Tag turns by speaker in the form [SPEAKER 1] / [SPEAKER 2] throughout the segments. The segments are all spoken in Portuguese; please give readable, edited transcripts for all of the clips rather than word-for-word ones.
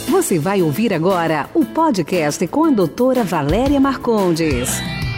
[SPEAKER 1] Você vai ouvir agora o podcast com a doutora Valéria Marcondes.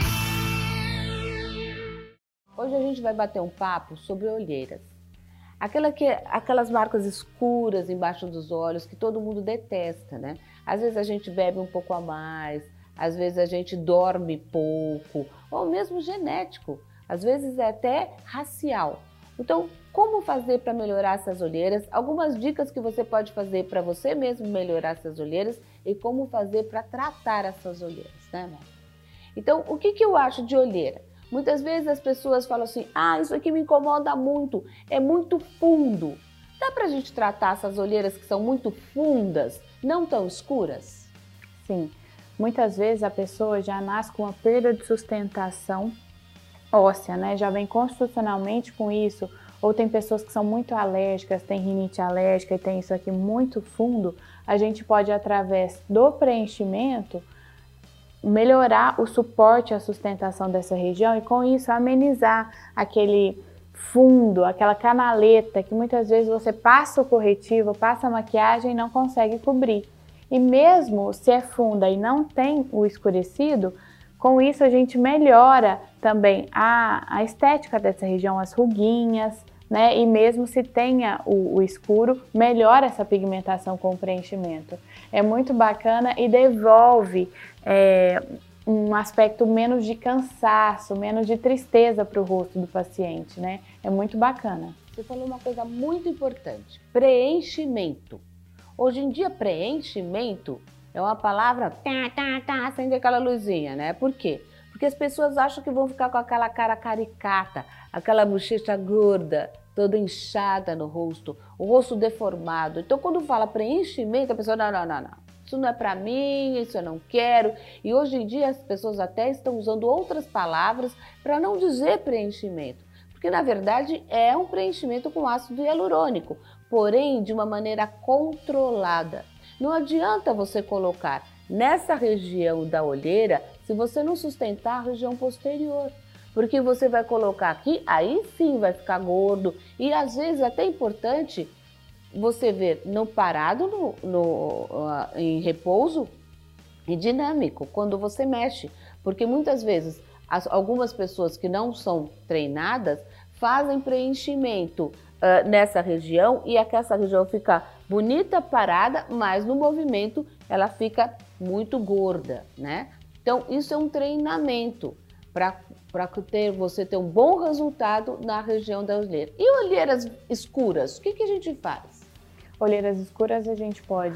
[SPEAKER 2] Hoje a gente vai bater um papo sobre olheiras. Aquelas marcas escuras embaixo dos olhos que todo mundo detesta, né? Às vezes a gente bebe um pouco a mais, às vezes a gente dorme pouco, ou mesmo genético, às vezes é até racial. Então, como fazer para melhorar essas olheiras? Algumas dicas que você pode fazer para você mesmo melhorar essas olheiras e como fazer para tratar essas olheiras, né, Mar? Então, o que eu acho de olheira? Muitas vezes as pessoas falam assim, isso aqui me incomoda muito, é muito fundo. Dá pra gente tratar essas olheiras que são muito fundas, não tão escuras?
[SPEAKER 3] Sim, muitas vezes a pessoa já nasce com uma perda de sustentação óssea, né? Já vem constitucionalmente com isso, ou tem pessoas que são muito alérgicas, tem rinite alérgica e tem isso aqui muito fundo, a gente pode, através do preenchimento, melhorar o suporte, a sustentação dessa região e com isso amenizar aquele fundo, aquela canaleta que muitas vezes você passa o corretivo, passa a maquiagem e não consegue cobrir. E mesmo se é funda e não tem o escurecido, com isso a gente melhora também a estética dessa região, as ruguinhas, né? E mesmo se tenha o escuro, melhora essa pigmentação com o preenchimento. É muito bacana e devolve um aspecto menos de cansaço, menos de tristeza para o rosto do paciente, né? É muito bacana.
[SPEAKER 2] Você falou uma coisa muito importante, preenchimento. Hoje em dia, preenchimento é uma palavra, acende aquela luzinha, né? Por quê? Porque as pessoas acham que vão ficar com aquela cara caricata, aquela bochecha gorda, toda inchada no rosto, o rosto deformado. Então, quando fala preenchimento, a pessoa, não. Isso não é pra mim, isso eu não quero. E hoje em dia as pessoas até estão usando outras palavras para não dizer preenchimento. Porque, na verdade, é um preenchimento com ácido hialurônico, porém de uma maneira controlada. Não adianta você colocar nessa região da olheira se você não sustentar a região posterior. Porque você vai colocar aqui, aí sim vai ficar gordo. E às vezes é até importante você ver não parado em repouso e dinâmico quando você mexe. Porque muitas vezes algumas pessoas que não são treinadas fazem preenchimento nessa região e essa região fica bonita, parada, mas no movimento ela fica muito gorda, né? Então isso é um treinamento para você ter um bom resultado na região da olheira. E olheiras escuras, o que a gente faz?
[SPEAKER 3] Olheiras escuras a gente pode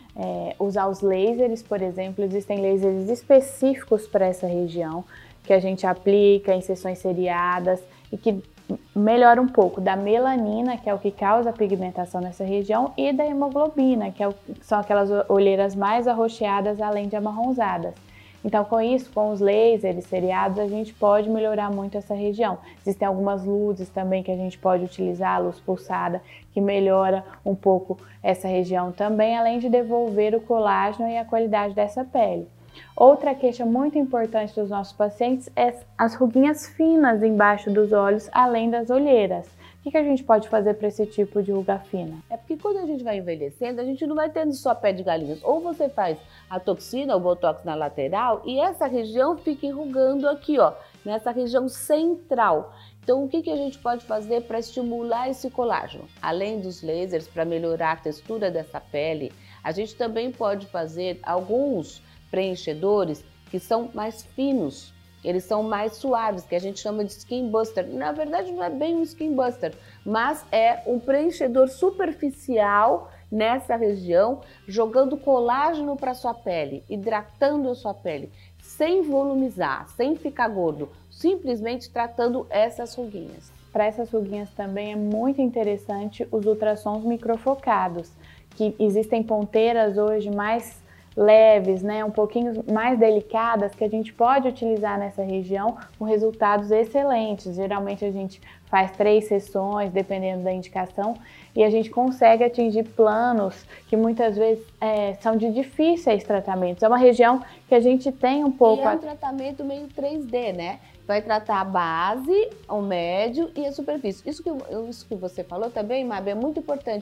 [SPEAKER 3] usar os lasers, por exemplo, existem lasers específicos para essa região que a gente aplica em sessões seriadas e que melhora um pouco da melanina, que é o que causa a pigmentação nessa região, e da hemoglobina, que são aquelas olheiras mais arroxeadas além de amarronzadas. Então, com isso, com os lasers seriados, a gente pode melhorar muito essa região. Existem algumas luzes também que a gente pode utilizar, a luz pulsada, que melhora um pouco essa região também, além de devolver o colágeno e a qualidade dessa pele. Outra queixa muito importante dos nossos pacientes é as ruguinhas finas embaixo dos olhos, além das olheiras. O que a gente pode fazer para esse tipo de ruga fina?
[SPEAKER 2] É porque quando a gente vai envelhecendo, a gente não vai tendo só pé de galinhas. Ou você faz a toxina, o botox na lateral, e essa região fica enrugando aqui, ó, nessa região central. Então, o que a gente pode fazer para estimular esse colágeno? Além dos lasers, para melhorar a textura dessa pele, a gente também pode fazer alguns preenchedores que são mais finos, eles são mais suaves, que a gente chama de skin buster. Na verdade não é bem um skin buster, mas é um preenchedor superficial nessa região, jogando colágeno para sua pele, hidratando a sua pele, sem volumizar, sem ficar gordo, simplesmente tratando essas ruguinhas.
[SPEAKER 3] Para essas ruguinhas também é muito interessante os ultrassons microfocados, que existem ponteiras hoje mais leves, né, um pouquinho mais delicadas, que a gente pode utilizar nessa região com resultados excelentes. Geralmente a gente faz 3 sessões, dependendo da indicação, e a gente consegue atingir planos que muitas vezes são de difíceis tratamentos. É uma região que a gente tem um pouco...
[SPEAKER 2] E é um tratamento meio 3D, né? Vai tratar a base, o médio e a superfície. Isso que você falou também, Mabe, é muito importante.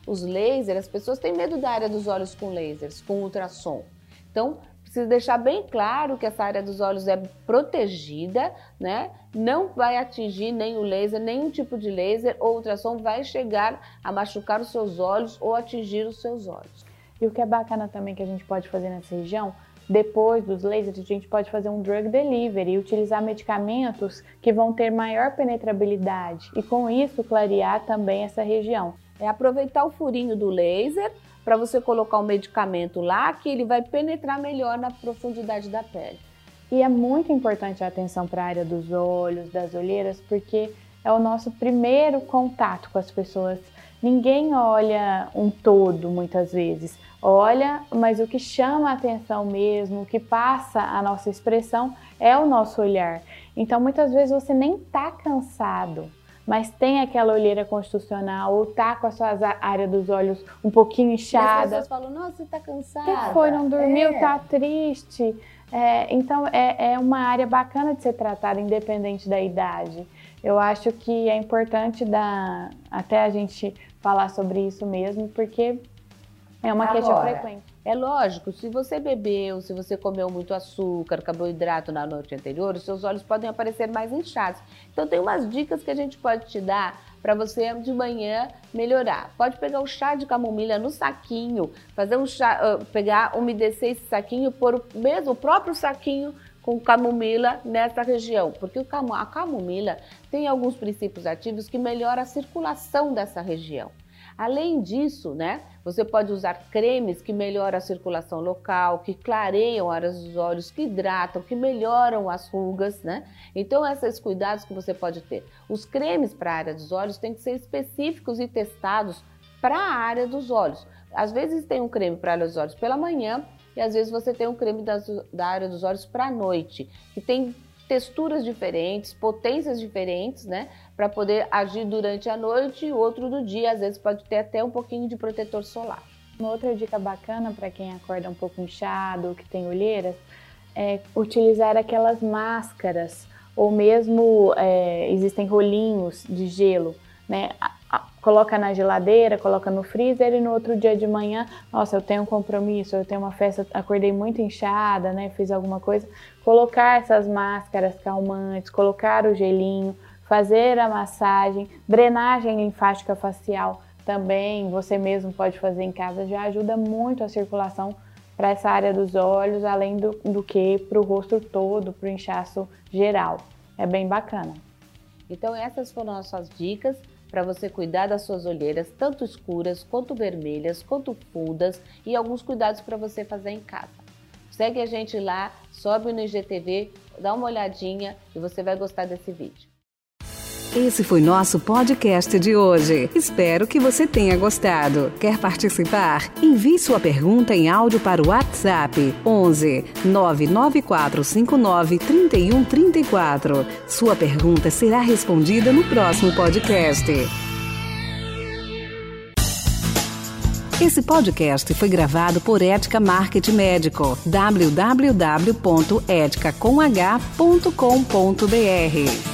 [SPEAKER 2] os lasers, as pessoas têm medo da área dos olhos com lasers, com ultrassom. Então, precisa deixar bem claro que essa área dos olhos é protegida, né? Não vai atingir nem o laser, nenhum tipo de laser ou ultrassom vai chegar a machucar os seus olhos ou atingir os seus olhos.
[SPEAKER 3] E o que é bacana também que a gente pode fazer nessa região, depois dos lasers, a gente pode fazer um drug delivery e utilizar medicamentos que vão ter maior penetrabilidade e com isso clarear também essa região.
[SPEAKER 2] É aproveitar o furinho do laser para você colocar um medicamento lá que ele vai penetrar melhor na profundidade da pele.
[SPEAKER 3] E é muito importante a atenção para a área dos olhos, das olheiras, porque é o nosso primeiro contato com as pessoas. Ninguém olha um todo muitas vezes, olha, mas o que chama a atenção mesmo, o que passa a nossa expressão é o nosso olhar. Então muitas vezes você nem está cansado, mas tem aquela olheira constitucional ou tá com a sua área dos olhos um pouquinho inchada.
[SPEAKER 2] E as pessoas falam, nossa, você tá cansada.
[SPEAKER 3] O que foi? Não dormiu? Tá triste? Então é uma área bacana de ser tratada independente da idade. Eu acho que é importante até a gente falar sobre isso mesmo, porque é uma queixa frequente.
[SPEAKER 2] É lógico, se você bebeu, se você comeu muito açúcar, carboidrato na noite anterior, os seus olhos podem aparecer mais inchados. Então tem umas dicas que a gente pode te dar para você de manhã melhorar. Pode pegar o chá de camomila no saquinho, fazer um chá, umedecer esse saquinho, pôr o próprio saquinho com camomila nessa região, porque a camomila tem alguns princípios ativos que melhoram a circulação dessa região. Além disso, né, você pode usar cremes que melhoram a circulação local, que clareiam áreas dos olhos, que hidratam, que melhoram as rugas, né? Então, esses cuidados que você pode ter. Os cremes para a área dos olhos têm que ser específicos e testados para a área dos olhos. Às vezes tem um creme para a área dos olhos pela manhã e às vezes você tem um creme da área dos olhos para a noite, que tem texturas diferentes, potências diferentes, né? Para poder agir durante a noite e outro do dia, às vezes pode ter até um pouquinho de protetor solar.
[SPEAKER 3] Uma outra dica bacana para quem acorda um pouco inchado ou que tem olheiras é utilizar aquelas máscaras ou mesmo existem rolinhos de gelo, né? Coloca na geladeira, coloca no freezer e no outro dia de manhã, nossa, eu tenho um compromisso, eu tenho uma festa, acordei muito inchada, né? Fiz alguma coisa. Colocar essas máscaras calmantes, colocar o gelinho, fazer a massagem, drenagem linfática facial também, você mesmo pode fazer em casa, já ajuda muito a circulação para essa área dos olhos, além do que para o rosto todo, para o inchaço geral. É bem bacana.
[SPEAKER 2] Então essas foram as suas dicas para você cuidar das suas olheiras, tanto escuras, quanto vermelhas, quanto fundas e alguns cuidados para você fazer em casa. Segue a gente lá, sobe no IGTV, dá uma olhadinha e você vai gostar desse vídeo.
[SPEAKER 1] Esse foi nosso podcast de hoje. Espero que você tenha gostado. Quer participar? Envie sua pergunta em áudio para o WhatsApp 11 99459 3134. Sua pergunta será respondida no próximo podcast. Esse podcast foi gravado por Ética Marketing Médico. www.eticacomh.com.br